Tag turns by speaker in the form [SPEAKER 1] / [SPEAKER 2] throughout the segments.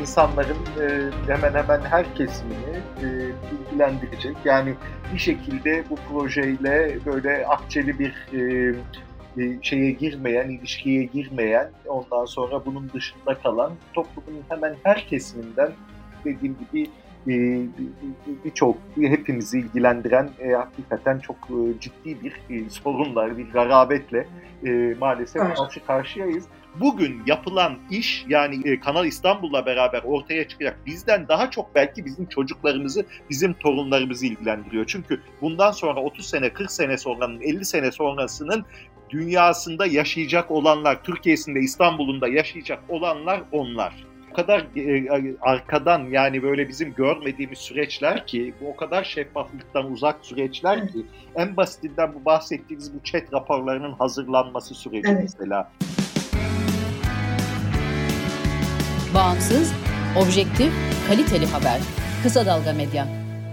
[SPEAKER 1] insanların hemen hemen her kesimini ilgilendirecek. Yani bir şekilde bu projeyle böyle akçeli bir şeye girmeyen, ilişkiye girmeyen, ondan sonra bunun dışında kalan toplumun hemen her kesiminden dediğim gibi birçok hepimizi ilgilendiren hakikaten çok ciddi bir sorunlar, bir garabetle maalesef karşı karşıyayız. Bugün yapılan iş yani Kanal İstanbul'la beraber ortaya çıkacak bizden daha çok belki bizim çocuklarımızı, bizim torunlarımızı ilgilendiriyor. Çünkü bundan sonra 30 sene, 40 sene sonranın, 50 sene sonrasının dünyasında yaşayacak olanlar, Türkiye'sinde, İstanbul'un da yaşayacak olanlar onlar. O kadar arkadan yani böyle bizim görmediğimiz süreçler ki, bu o kadar şeffaflıktan uzak süreçler ki, en basitinden bu bahsettiğimiz bu chat raporlarının hazırlanması süreci mesela.
[SPEAKER 2] Bağımsız, objektif, kaliteli haber. Kısa Dalga Medya.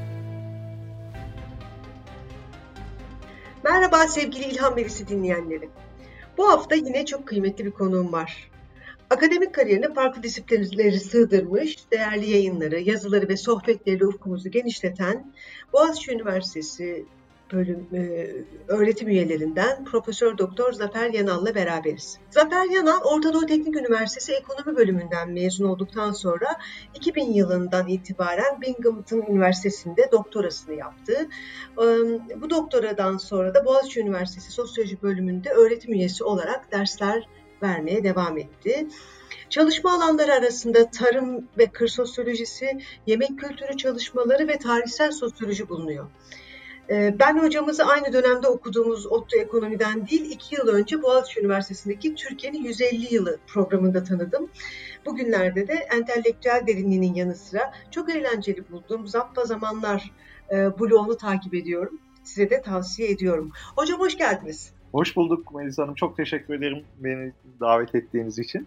[SPEAKER 3] Merhaba sevgili İlham Verisi dinleyenleri. Bu hafta yine çok kıymetli bir konuğum var. Akademik kariyerine farklı disiplinleri sığdırmış, değerli yayınları, yazıları ve sohbetleriyle ufkumuzu genişleten Boğaziçi Üniversitesi öğretim üyelerinden Profesör Doktor Zafer Yanal'la beraberiz. Zafer Yanal, Orta Doğu Teknik Üniversitesi Ekonomi Bölümünden mezun olduktan sonra 2000 yılından itibaren Binghamton Üniversitesi'nde doktorasını yaptı. Bu doktoradan sonra da Boğaziçi Üniversitesi Sosyoloji Bölümünde öğretim üyesi olarak dersler vermeye devam etti. Çalışma alanları arasında tarım ve kır sosyolojisi, yemek kültürü çalışmaları ve tarihsel sosyoloji bulunuyor. Ben hocamızı aynı dönemde okuduğumuz ODTÜ Ekonomi'den değil, 2 yıl önce Boğaziçi Üniversitesi'ndeki Türkiye'nin 150 yılı programında tanıdım. Bugünlerde de entelektüel derinliğinin yanı sıra çok eğlenceli bulduğum Zappa Zamanlar blogunu takip ediyorum. Size de tavsiye ediyorum. Hocam hoş geldiniz.
[SPEAKER 1] Hoş bulduk Melis Hanım. Çok teşekkür ederim beni davet ettiğiniz için.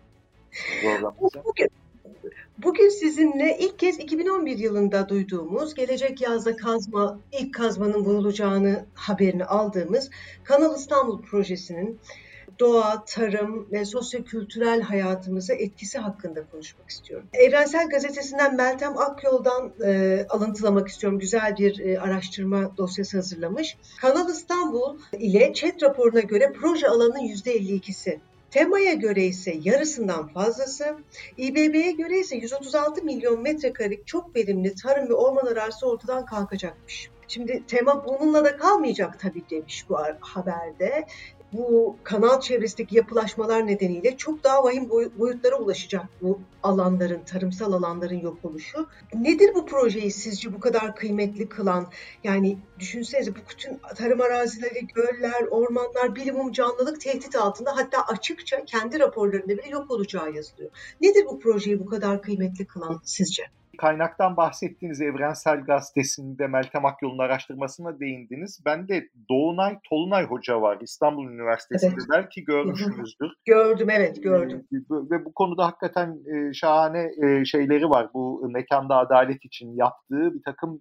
[SPEAKER 3] Bugün sizinle ilk kez 2011 yılında duyduğumuz, gelecek yazda ilk kazmanın vurulacağını haberini aldığımız Kanal İstanbul projesinin doğa, tarım ve sosyokültürel hayatımıza etkisi hakkında konuşmak istiyorum. Evrensel Gazetesi'nden Meltem Akyol'dan alıntılamak istiyorum. Güzel bir araştırma dosyası hazırlamış. Kanal İstanbul ile ÇED raporuna göre proje alanının %52'si. TEMA'ya göre ise yarısından fazlası, İBB'ye göre ise 136 milyon metrekarelik çok verimli tarım ve orman arazisi ortadan kalkacakmış. Şimdi TEMA bununla da kalmayacak tabii demiş bu haberde. Bu kanal çevresindeki yapılaşmalar nedeniyle çok daha vahim boyutlara ulaşacak bu alanların, tarımsal alanların yok oluşu. Nedir bu projeyi sizce bu kadar kıymetli kılan? Yani düşünsenize bu bütün tarım arazileri, göller, ormanlar, bilimum canlılık tehdit altında, hatta açıkça kendi raporlarında bile yok olacağı yazılıyor. Nedir bu projeyi bu kadar kıymetli kılan sizce?
[SPEAKER 1] Kaynaktan bahsettiğiniz Evrensel Gazetesi'nde Meltem Akyol'un araştırmasına değindiniz. Ben de Doğunay Tolunay Hoca var İstanbul Üniversitesi'nde. Evet. Belki görmüşsünüzdür.
[SPEAKER 3] Gördüm, evet gördüm.
[SPEAKER 1] Ve bu konuda hakikaten şahane şeyleri var. Bu mekanda adalet için yaptığı bir takım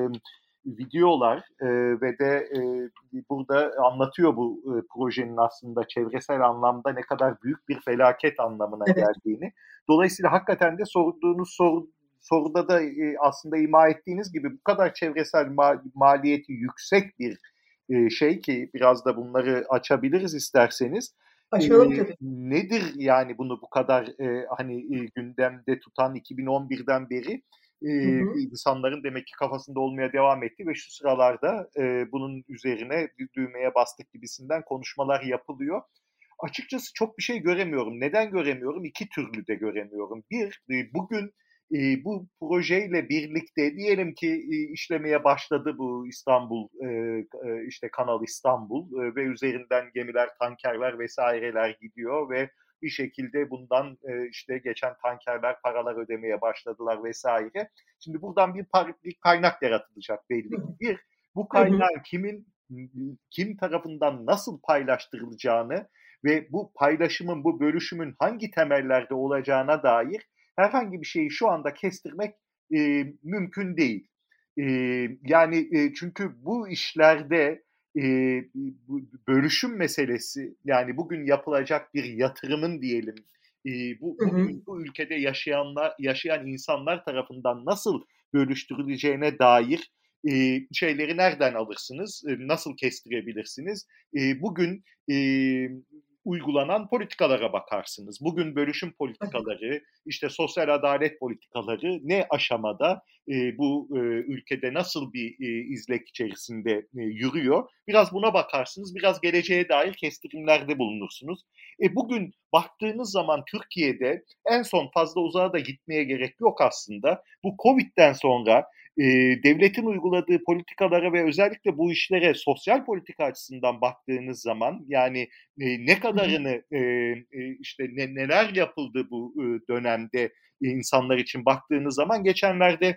[SPEAKER 1] videolar ve de burada anlatıyor bu projenin aslında çevresel anlamda ne kadar büyük bir felaket anlamına geldiğini. Dolayısıyla hakikaten de sorduğunuz soruda da aslında ima ettiğiniz gibi bu kadar çevresel maliyeti yüksek bir şey ki biraz da bunları açabiliriz isterseniz.
[SPEAKER 3] Açalım tabii.
[SPEAKER 1] Nedir yani bunu bu kadar gündemde tutan 2011'den beri insanların demek ki kafasında olmaya devam etti ve şu sıralarda bunun üzerine düğmeye bastık gibisinden konuşmalar yapılıyor. Açıkçası çok bir şey göremiyorum. Neden göremiyorum? İki türlü de göremiyorum. Bir, bugün bu projeyle birlikte diyelim ki işlemeye başladı bu İstanbul, işte Kanal İstanbul ve üzerinden gemiler, tankerler vesaireler gidiyor ve bir şekilde bundan işte geçen tankerler paralar ödemeye başladılar vesaire. Şimdi buradan bir kaynak yaratılacak belli ki. Bu kaynağın kim tarafından nasıl paylaştırılacağını ve bu paylaşımın, bu bölüşümün hangi temellerde olacağına dair herhangi bir şeyi şu anda kestirmek mümkün değil. Çünkü bu işlerde bölüşüm meselesi, yani bugün yapılacak bir yatırımın diyelim
[SPEAKER 3] Hı hı.
[SPEAKER 1] bugün bu ülkede yaşayan insanlar tarafından nasıl bölüştürüleceğine dair şeyleri nereden alırsınız? Nasıl kestirebilirsiniz? Bugün uygulanan politikalara bakarsınız. Bugün bölüşüm politikaları, işte sosyal adalet politikaları ne aşamada, bu ülkede nasıl bir izlek içerisinde yürüyor? Biraz buna bakarsınız, biraz geleceğe dair kestirimlerde bulunursunuz. Bugün baktığınız zaman Türkiye'de en son fazla uzağa da gitmeye gerek yok aslında. Bu Covid'den sonra devletin uyguladığı politikalara ve özellikle bu işlere sosyal politika açısından baktığınız zaman yani ne
[SPEAKER 3] Hı hı.
[SPEAKER 1] kadarını işte neler yapıldı bu dönemde insanlar için baktığınız zaman geçenlerde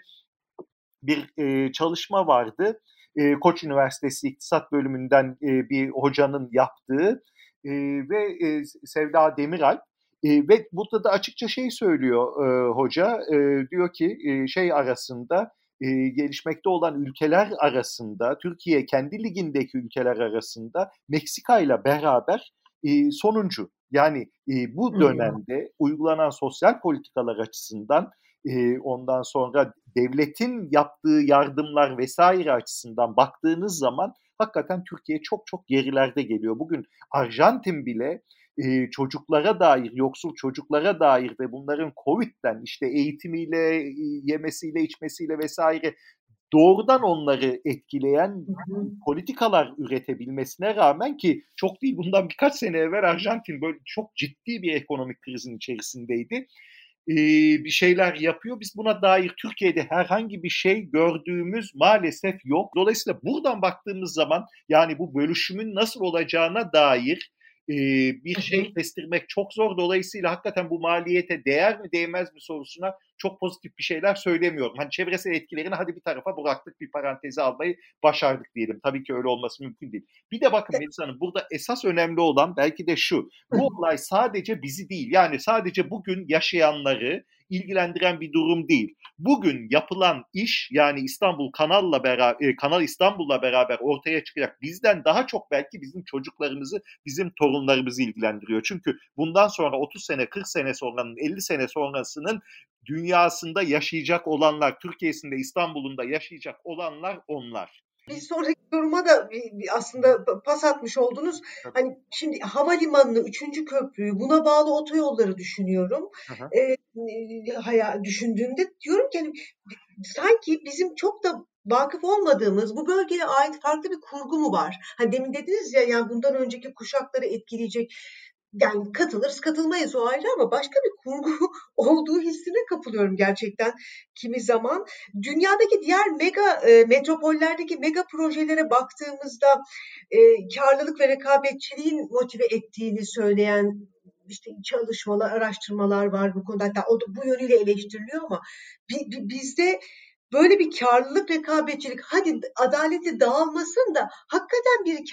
[SPEAKER 1] bir çalışma vardı. Koç Üniversitesi İktisat Bölümünden bir hocanın yaptığı ve Sevda Demiralp ve burada da açıkça şey söylüyor hoca. Diyor ki şey arasında gelişmekte olan ülkeler arasında Türkiye kendi ligindeki ülkeler arasında Meksika ile beraber sonuncu. Yani bu dönemde uygulanan sosyal politikalar açısından ondan sonra devletin yaptığı yardımlar vesaire açısından baktığınız zaman hakikaten Türkiye çok çok gerilerde geliyor. Bugün Arjantin bile çocuklara dair, yoksul çocuklara dair ve bunların Covid'den işte eğitimiyle, yemesiyle, içmesiyle vesaire doğrudan onları etkileyen politikalar üretebilmesine rağmen ki çok değil bundan birkaç sene evvel Arjantin böyle çok ciddi bir ekonomik krizin içerisindeydi. Bir şeyler yapıyor. Biz buna dair Türkiye'de herhangi bir şey gördüğümüz maalesef yok. Dolayısıyla buradan baktığımız zaman yani bu bölüşümün nasıl olacağına dair bir şey kestirmek çok zor. Dolayısıyla hakikaten bu maliyete değer mi değmez mi sorusuna çok pozitif bir şeyler söylemiyorum. Hani çevresel etkilerini hadi bir tarafa bıraktık, bir paranteze almayı başardık diyelim. Tabii ki öyle olması mümkün değil. Bir de bakın Melis Hanım burada esas önemli olan belki de şu. Bu olay sadece bizi değil yani sadece bugün yaşayanları ilgilendiren bir durum değil. Bugün yapılan iş yani Kanal İstanbul'la beraber ortaya çıkacak bizden daha çok belki bizim çocuklarımızı, bizim torunlarımızı ilgilendiriyor. Çünkü bundan sonra 30 sene, 40 sene sonranın, 50 sene sonrasının dünyasında yaşayacak olanlar, Türkiye'sinde, İstanbul'un da yaşayacak olanlar onlar.
[SPEAKER 3] Bir sonraki yoruma da aslında pas atmış oldunuz.
[SPEAKER 1] Tabii.
[SPEAKER 3] Hani şimdi havalimanını, 3. köprüyü, buna bağlı otoyolları düşünüyorum. Düşündüğümde diyorum ki hani, sanki bizim çok da vakıf olmadığımız bu bölgeye ait farklı bir kurgu mu var? Hani demin dediniz ya yani bundan önceki kuşakları etkileyecek yani katılırız katılmayız o ayrı ama başka bir kurgu olduğu hissine kapılıyorum gerçekten kimi zaman. Dünyadaki diğer metropollerdeki mega projelere baktığımızda karlılık ve rekabetçiliğin motive ettiğini söyleyen işte çalışmalar, araştırmalar var bu konuda. Hatta o da bu yönüyle eleştiriliyor ama bizde böyle bir karlılık, rekabetçilik, hadi adaleti dağılmasın da hakikaten bir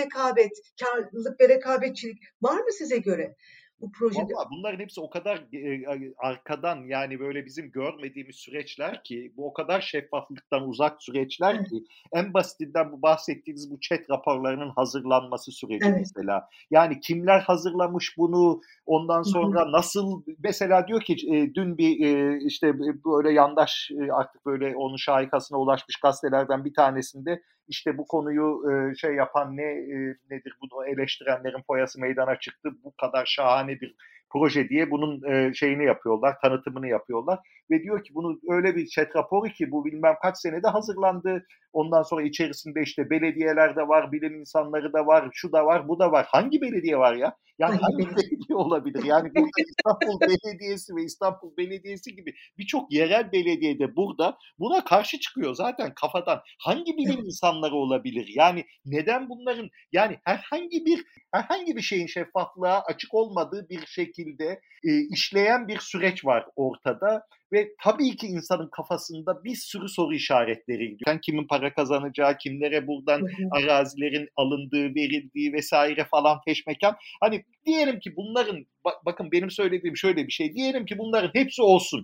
[SPEAKER 3] karlılık ve rekabetçilik var mı size göre bu projede?
[SPEAKER 1] Valla bunların hepsi o kadar arkadan yani böyle bizim görmediğimiz süreçler ki bu o kadar şeffaflıktan uzak süreçler
[SPEAKER 3] Evet.
[SPEAKER 1] ki en basitinden bu bahsettiğiniz bu chat raporlarının hazırlanması süreci
[SPEAKER 3] Evet.
[SPEAKER 1] mesela. Yani kimler hazırlamış bunu ondan
[SPEAKER 3] Hı hı.
[SPEAKER 1] sonra nasıl mesela diyor ki dün bir işte böyle yandaş artık böyle onun şahikasına ulaşmış gazetelerden bir tanesinde işte bu konuyu şey yapan nedir bunu eleştirenlerin foyası meydana çıktı. Bu kadar şahane bir proje diye bunun şeyini yapıyorlar, tanıtımını yapıyorlar. Ve diyor ki bunu öyle bir chat raporu ki bu bilmem kaç senede hazırlandı. Ondan sonra içerisinde işte belediyeler de var, bilim insanları da var, şu da var, bu da var. Hangi belediye var ya? Yani hangi belediye olabilir? Yani burada İstanbul Belediyesi ve İstanbul Belediyesi gibi birçok yerel belediye de burada buna karşı çıkıyor zaten kafadan. Hangi bilim insanları olabilir? Yani neden bunların yani herhangi bir şeyin şeffaflığa açık olmadığı bir şekilde işleyen bir süreç var ortada ve tabii ki insanın kafasında bir sürü soru işaretleri gidiyor. Yani kimin para kazanacağı, kimlere buradan arazilerin alındığı, verildiği vesaire falan peşmekan. Hani diyelim ki bunların bakın benim söylediğim şöyle bir şey. Diyelim ki bunların hepsi olsun.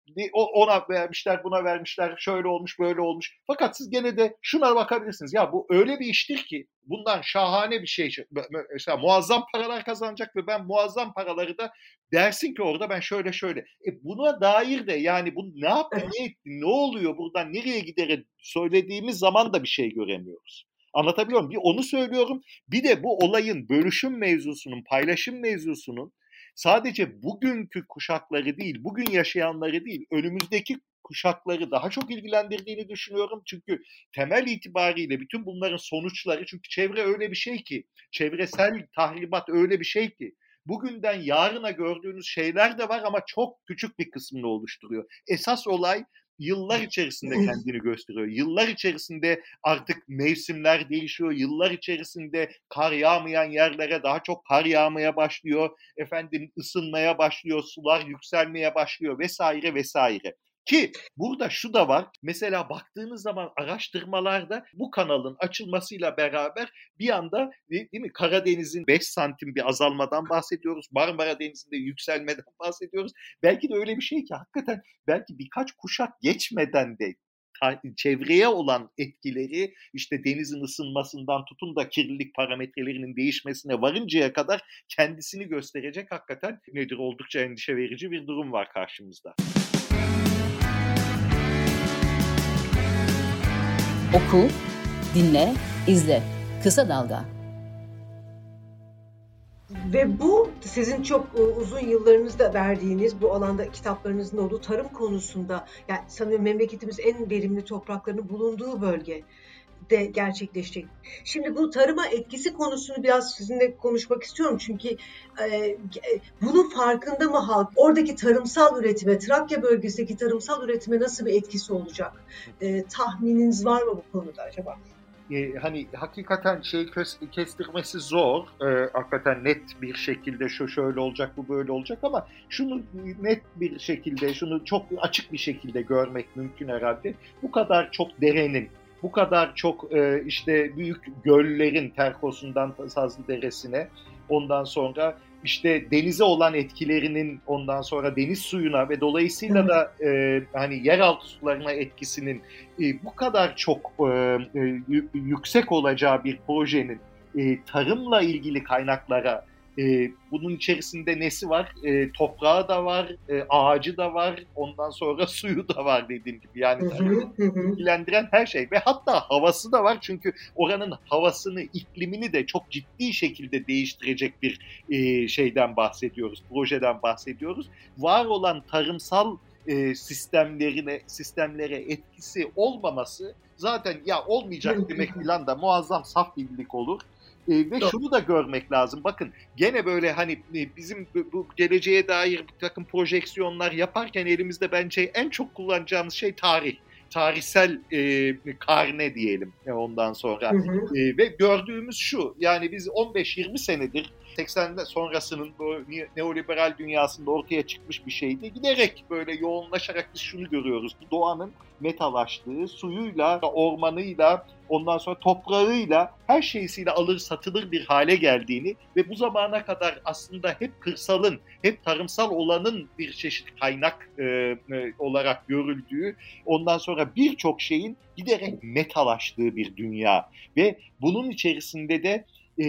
[SPEAKER 1] ona vermişler, buna vermişler, şöyle olmuş, böyle olmuş. Fakat siz gene de şuna bakabilirsiniz. Ya bu öyle bir iştir ki bundan şahane bir şey. Mesela muazzam paralar kazanacak ve ben muazzam paraları da dersin ki orada ben şöyle. Buna dair de yani bu ne yaptı, ne etti, ne oluyor buradan, nereye gider söylediğimiz zaman da bir şey göremiyoruz. Anlatabiliyor muyum? Bir onu söylüyorum. Bir de bu olayın bölüşüm mevzusunun, paylaşım mevzusunun sadece bugünkü kuşakları değil, bugün yaşayanları değil, önümüzdeki kuşakları daha çok ilgilendirdiğini düşünüyorum. Çünkü temel itibariyle bütün bunların sonuçları, çünkü çevre öyle bir şey ki, çevresel tahribat öyle bir şey ki, bugünden yarına gördüğünüz şeyler de var ama çok küçük bir kısmını oluşturuyor. Esas olay yıllar içerisinde kendini gösteriyor. Yıllar içerisinde artık mevsimler değişiyor. Yıllar içerisinde kar yağmayan yerlere daha çok kar yağmaya başlıyor. Isınmaya başlıyor, sular yükselmeye başlıyor vesaire. Ki burada şu da var. Mesela baktığınız zaman araştırmalarda bu kanalın açılmasıyla beraber bir anda değil mi Karadeniz'in 5 santim bir azalmadan bahsediyoruz. Marmara Denizi'nde yükselmeden bahsediyoruz. Belki de öyle bir şey ki hakikaten belki birkaç kuşak geçmeden de çevreye olan etkileri işte denizin ısınmasından tutun da kirlilik parametrelerinin değişmesine varıncaya kadar kendisini gösterecek hakikaten oldukça endişe verici bir durum var karşımızda.
[SPEAKER 2] Oku, dinle, izle. Kısa Dalga.
[SPEAKER 3] Ve bu sizin çok uzun yıllarınızda verdiğiniz bu alanda kitaplarınızın olduğu tarım konusunda, yani sanıyorum memleketimiz en verimli topraklarının bulunduğu bölge de gerçekleşecek. Şimdi bu tarıma etkisi konusunu biraz sizinle konuşmak istiyorum. Çünkü bunun farkında mı halk? Oradaki tarımsal üretime, Trakya bölgesindeki tarımsal üretime nasıl bir etkisi olacak? Tahmininiz var mı bu konuda acaba?
[SPEAKER 1] Hani hakikaten kestirmesi zor. Hakikaten net bir şekilde şu şöyle olacak, bu böyle olacak ama şunu net bir şekilde, şunu çok açık bir şekilde görmek mümkün herhalde. Bu kadar çok derenin, bu kadar çok işte büyük göllerin Terkos'undan Sazlıdere'sine, ondan sonra işte denize olan etkilerinin ondan sonra deniz suyuna ve dolayısıyla da hani yeraltı sularına etkisinin bu kadar çok yüksek olacağı bir projenin tarımla ilgili kaynaklara bunun içerisinde nesi var? Toprağı da var, ağacı da var, ondan sonra suyu da var dediğim gibi. Yani ilgilendiren her şey ve hatta havası da var. Çünkü oranın havasını, iklimini de çok ciddi şekilde değiştirecek bir şeyden bahsediyoruz, projeden bahsediyoruz. Var olan tarımsal sistemlere etkisi olmaması zaten ya olmayacak demek falan da muazzam saf bilgilik olur. Ve şunu da görmek lazım. Bakın gene böyle hani bizim bu geleceğe dair bir takım projeksiyonlar yaparken elimizde bence en çok kullanacağımız şey tarih. Tarihsel karne diyelim ondan sonra. Ve gördüğümüz şu, yani biz 15-20 senedir 80'de sonrasının bu neoliberal dünyasında ortaya çıkmış bir şeydi. Giderek böyle yoğunlaşarak biz şunu görüyoruz ki doğanın metalaştığı, suyuyla, ormanıyla, ondan sonra toprağıyla, her şeysiyle alır satılır bir hale geldiğini ve bu zamana kadar aslında hep kırsalın, hep tarımsal olanın bir çeşit kaynak olarak görüldüğü, ondan sonra birçok şeyin giderek metalaştığı bir dünya ve bunun içerisinde de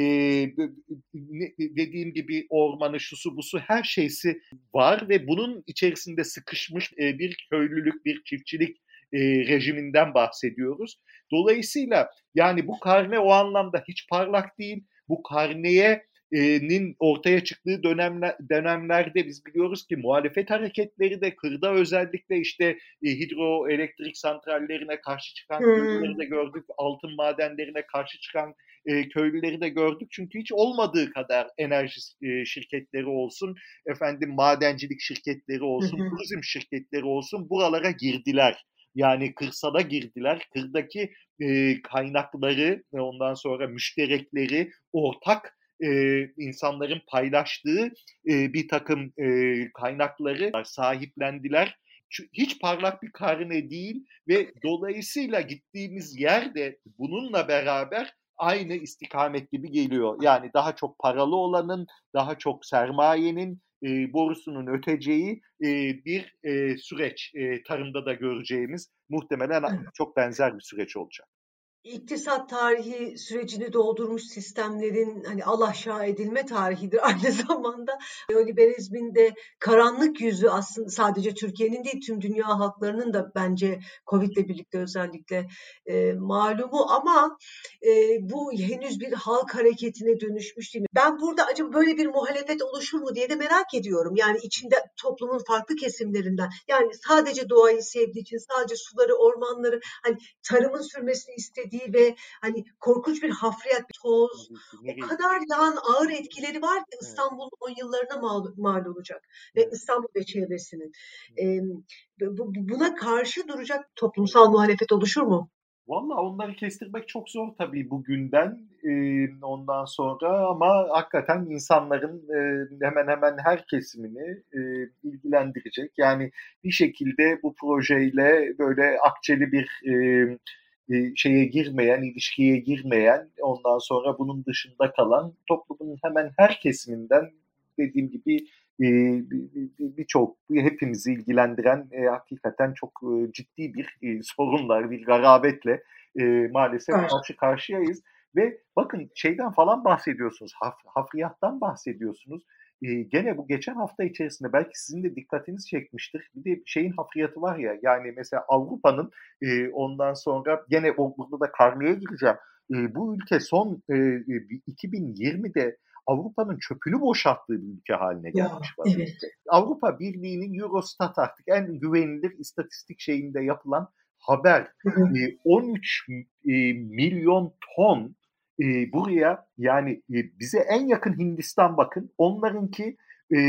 [SPEAKER 1] dediğim gibi ormanı, şusu busu her şeysi var ve bunun içerisinde sıkışmış bir köylülük, bir çiftçilik rejiminden bahsediyoruz. Dolayısıyla yani bu karne o anlamda hiç parlak değil. Bu karnenin ortaya çıktığı dönemlerde biz biliyoruz ki muhalefet hareketleri de kırda özellikle işte hidroelektrik santrallerine karşı çıkan köylüleri de gördük. Altın madenlerine karşı çıkan köylüleri de gördük. Çünkü hiç olmadığı kadar enerji şirketleri olsun, madencilik şirketleri olsun, turizm şirketleri olsun buralara girdiler. Yani kırsala girdiler. Kırdaki kaynakları ve ondan sonra müşterekleri ortak insanların paylaştığı bir takım kaynakları sahiplendiler. Hiç parlak bir karne değil ve dolayısıyla gittiğimiz yer de bununla beraber aynı istikamet gibi geliyor. Yani daha çok paralı olanın, daha çok sermayenin, borusunun öteceği bir süreç. Tarımda da göreceğimiz muhtemelen çok benzer bir süreç olacak.
[SPEAKER 3] İktisat tarihi sürecini doldurmuş sistemlerin hani alaşağı edilme tarihidir aynı zamanda. Neoliberalizmin de karanlık yüzü aslında sadece Türkiye'nin değil tüm dünya halklarının da bence Covid'le birlikte özellikle malumu ama bu henüz bir halk hareketine dönüşmüş değil mi? Ben burada acaba böyle bir muhalefet oluşur mu diye de merak ediyorum. Yani içinde toplumun farklı kesimlerinden yani sadece doğayı sevdiği için sadece suları, ormanları hani tarımın sürmesini istediği ve hani korkunç bir hafriyat, toz,
[SPEAKER 1] Tabii ki.
[SPEAKER 3] o
[SPEAKER 1] Nereye
[SPEAKER 3] kadar
[SPEAKER 1] gidiyor?
[SPEAKER 3] yağan ağır etkileri var ki
[SPEAKER 1] Evet,
[SPEAKER 3] İstanbul'un 10 yıllarına mal olacak ve
[SPEAKER 1] evet.
[SPEAKER 3] İstanbul ve çevresinin. Buna karşı duracak toplumsal muhalefet oluşur mu?
[SPEAKER 1] Valla onları kestirmek çok zor tabii bugünden ondan sonra ama hakikaten insanların hemen hemen her kesimini ilgilendirecek. Yani bir şekilde bu projeyle böyle akçeli bir şeye girmeyen, ilişkiye girmeyen, ondan sonra bunun dışında kalan toplumun hemen her kesiminden dediğim gibi birçok hepimizi ilgilendiren hakikaten çok ciddi bir sorunlar, bir garabetle maalesef
[SPEAKER 3] Karşı.
[SPEAKER 1] karşı karşıyayız. Ve bakın şeyden falan bahsediyorsunuz, hafriyattan bahsediyorsunuz. Gene bu geçen hafta içerisinde belki sizin de dikkatinizi çekmiştir. Bir de şeyin hafriyatı var ya, yani mesela Avrupa'nın ondan sonra gene burada da karneye gireceğim. Bu ülke son 2020'de Avrupa'nın çöpünü boşalttığı bir ülke haline
[SPEAKER 3] Ya
[SPEAKER 1] gelmiş
[SPEAKER 3] evet.
[SPEAKER 1] vaziyette. Avrupa Birliği'nin Eurostat artık en güvenilir istatistik şeyinde yapılan haber. 13 milyon ton buraya yani bize en yakın Hindistan bakın. Onlarınki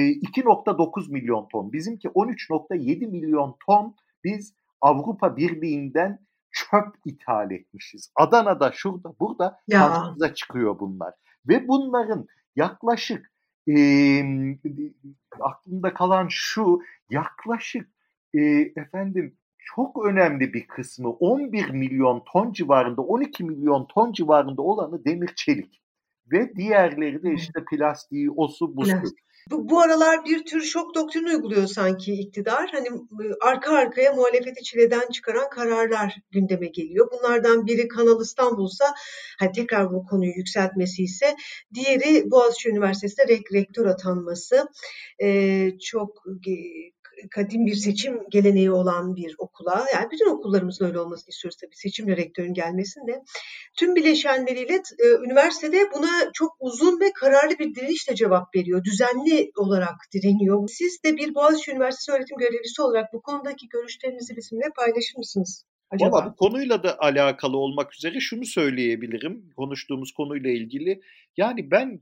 [SPEAKER 1] 2,9 milyon ton. Bizimki 13,7 milyon ton biz Avrupa Birliği'nden çöp ithal etmişiz. Adana'da, şurada, burada
[SPEAKER 3] Ya
[SPEAKER 1] karşımıza çıkıyor bunlar. Ve bunların yaklaşık aklımda kalan şu, yaklaşık efendim çok önemli bir kısmı 11 milyon ton civarında, 12 milyon ton civarında olanı demir çelik. Ve diğerleri de işte plastiği, osu, busu.
[SPEAKER 3] Bu aralar bir tür şok doktrini uyguluyor sanki iktidar. Hani arka arkaya muhalefeti çileden çıkaran kararlar gündeme geliyor. Bunlardan biri Kanal İstanbul'sa hani tekrar bu konuyu yükseltmesi ise diğeri Boğaziçi Üniversitesi'nde rektör atanması. Çok kadim bir seçim geleneği olan bir okula, yani bütün okullarımızın öyle olmasını istiyoruz tabii seçimle rektörün gelmesini de. Tüm bileşenleriyle üniversitede buna çok uzun ve kararlı bir direnişle cevap veriyor. Düzenli olarak direniyor. Siz de bir Boğaziçi Üniversitesi öğretim görevlisi olarak bu konudaki görüşlerinizi bizimle paylaşır mısınız
[SPEAKER 1] Valla
[SPEAKER 3] acaba?
[SPEAKER 1] bu konuyla da alakalı olmak üzere şunu söyleyebilirim, konuştuğumuz konuyla ilgili. Yani ben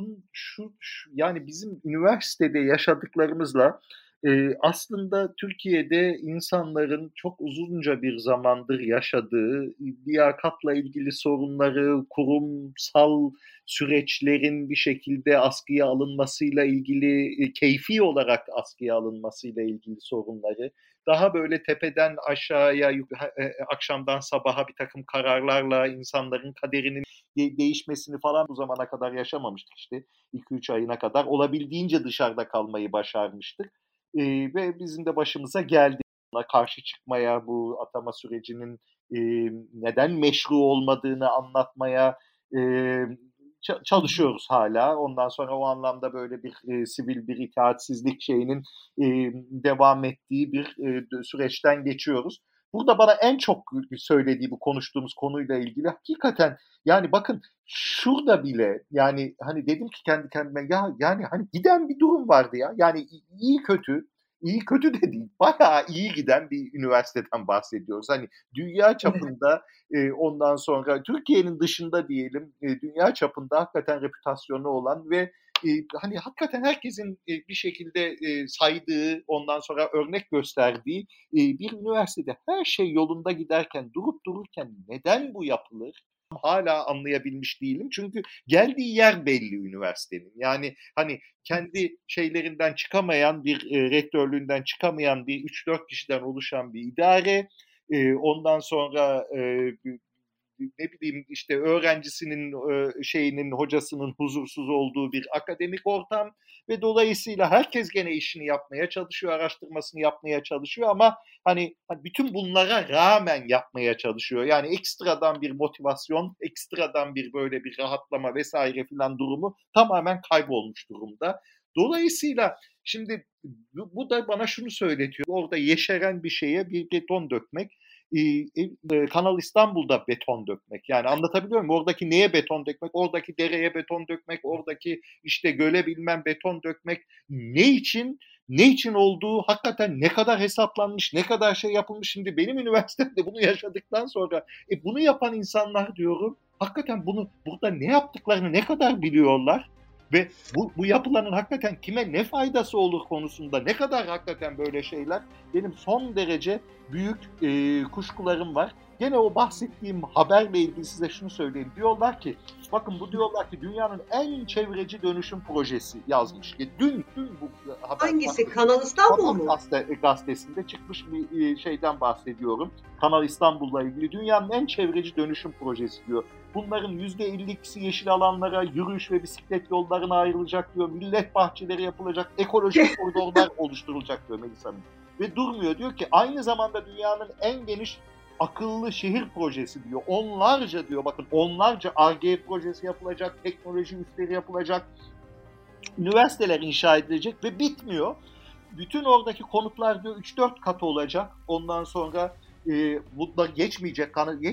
[SPEAKER 1] yani bizim üniversitede yaşadıklarımızla aslında Türkiye'de insanların çok uzunca bir zamandır yaşadığı liyakatla ilgili sorunları, kurumsal süreçlerin bir şekilde askıya alınmasıyla ilgili, keyfi olarak askıya alınmasıyla ilgili sorunları, daha böyle tepeden aşağıya, akşamdan sabaha bir takım kararlarla insanların kaderinin değişmesini falan bu zamana kadar yaşamamıştık işte. 2-3 ayına kadar olabildiğince dışarıda kalmayı başarmıştık. Ve bizim de başımıza geldi. Buna karşı çıkmaya, bu atama sürecinin neden meşru olmadığını anlatmaya e, çalışıyoruz hala. Ondan sonra o anlamda böyle bir sivil bir itaatsizlik şeyinin devam ettiği bir süreçten geçiyoruz. Burada bana en çok söylediği bu konuştuğumuz konuyla ilgili hakikaten yani bakın şurada bile yani hani dedim ki kendi kendime ya yani hani giden bir durum vardı ya. Yani iyi kötü de değil. Bayağı iyi giden bir üniversiteden bahsediyoruz. Hani dünya
[SPEAKER 3] Evet.
[SPEAKER 1] çapında ondan sonra Türkiye'nin dışında diyelim dünya çapında hakikaten reputasyonu olan ve hani hakikaten herkesin bir şekilde saydığı, ondan sonra örnek gösterdiği bir üniversitede her şey yolunda giderken, durup dururken neden bu yapılır? Hala anlayabilmiş değilim. Çünkü geldiği yer belli üniversitenin. Yani hani kendi şeylerinden çıkamayan bir rektörlüğünden çıkamayan bir 3-4 kişiden oluşan bir idare. Ondan sonra ne bileyim işte öğrencisinin hocasının huzursuz olduğu bir akademik ortam ve dolayısıyla herkes gene işini yapmaya çalışıyor, araştırmasını yapmaya çalışıyor ama hani bütün bunlara rağmen yapmaya çalışıyor. Yani ekstradan bir motivasyon, ekstradan bir böyle bir rahatlama vesaire filan durumu tamamen kaybolmuş durumda. Dolayısıyla şimdi bu da bana şunu söyletiyor. Orada yeşeren bir şeye bir beton dökmek. Kanal İstanbul'da beton dökmek. Yani anlatabiliyor muyum? Oradaki neye beton dökmek? Oradaki dereye beton dökmek, oradaki işte göle bilmem beton dökmek. Ne için? Ne için olduğu hakikaten ne kadar hesaplanmış, ne kadar şey yapılmış. Şimdi benim üniversitemde bunu yaşadıktan sonra bunu yapan insanlar diyorum. Hakikaten bunu burada ne yaptıklarını ne kadar biliyorlar? Ve bu yapılanın hakikaten kime ne faydası olur konusunda ne kadar hakikaten böyle şeyler benim son derece büyük kuşkularım var. Gene o bahsettiğim haberle ilgili size şunu söyleyeyim. Diyorlar ki bakın bu diyorlar ki dünyanın en çevreci dönüşüm projesi yazmış. Dün bu haber.
[SPEAKER 3] Hangisi? Kanal İstanbul mu?
[SPEAKER 1] Gazetesinde çıkmış bir şeyden bahsediyorum. Kanal İstanbul'la ilgili dünyanın en çevreci dönüşüm projesi diyor. Bunların %52'si yeşil alanlara, yürüyüş ve bisiklet yollarına ayrılacak diyor. Millet bahçeleri yapılacak, ekolojik koridorlar oluşturulacak diyor Melisa Hanım. Ve durmuyor, diyor ki aynı zamanda dünyanın en geniş akıllı şehir projesi diyor. Onlarca diyor, bakın onlarca Ar-Ge projesi yapılacak, teknoloji üsleri yapılacak, üniversiteler inşa edilecek ve bitmiyor. Bütün oradaki konutlar diyor 3-4 katı olacak. Ondan sonra bunlar geçmeyecek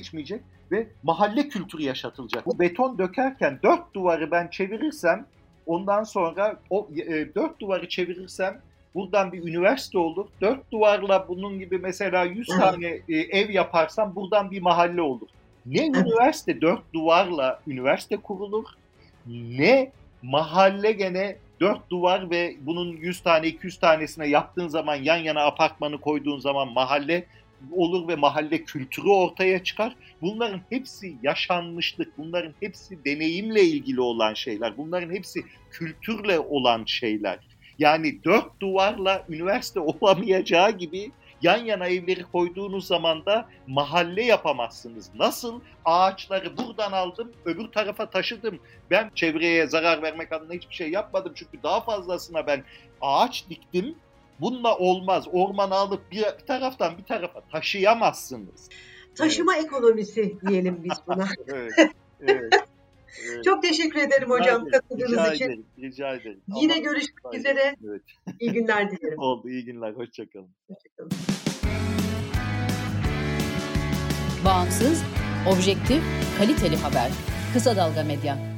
[SPEAKER 1] ve mahalle kültürü yaşatılacak. Bu beton dökerken 4 duvarı ben çevirirsem, ondan sonra o 4 duvarı çevirirsem buradan bir üniversite olur. 4 duvarla bunun gibi mesela 100 tane ev yaparsam buradan bir mahalle olur. Ne üniversite 4 duvarla üniversite kurulur, ne mahalle gene 4 duvar ve bunun 100 tane 200 tanesine yaptığın zaman yan yana apartmanı koyduğun zaman mahalle olur ve mahalle kültürü ortaya çıkar. Bunların hepsi yaşanmışlık, bunların hepsi deneyimle ilgili olan şeyler, bunların hepsi kültürle olan şeyler. Yani 4 duvarla üniversite olamayacağı gibi yan yana evleri koyduğunuz zaman da mahalle yapamazsınız. Nasıl? Ağaçları buradan aldım, öbür tarafa taşıdım. Ben çevreye zarar vermek adına hiçbir şey yapmadım. Çünkü daha fazlasına ben ağaç diktim. Bununla olmaz. Ormanı alıp bir taraftan bir tarafa taşıyamazsınız.
[SPEAKER 3] Taşıma ekonomisi diyelim biz buna.
[SPEAKER 1] Evet.
[SPEAKER 3] Çok teşekkür ederim hocam katıldığınız için.
[SPEAKER 1] Rica ederim.
[SPEAKER 3] Yine görüşmek üzere.
[SPEAKER 1] Evet.
[SPEAKER 3] İyi günler dilerim.
[SPEAKER 1] Oldu, iyi günler. Hoşçakalın.
[SPEAKER 2] Bağımsız, objektif, kaliteli haber. Kısa Dalga Medya.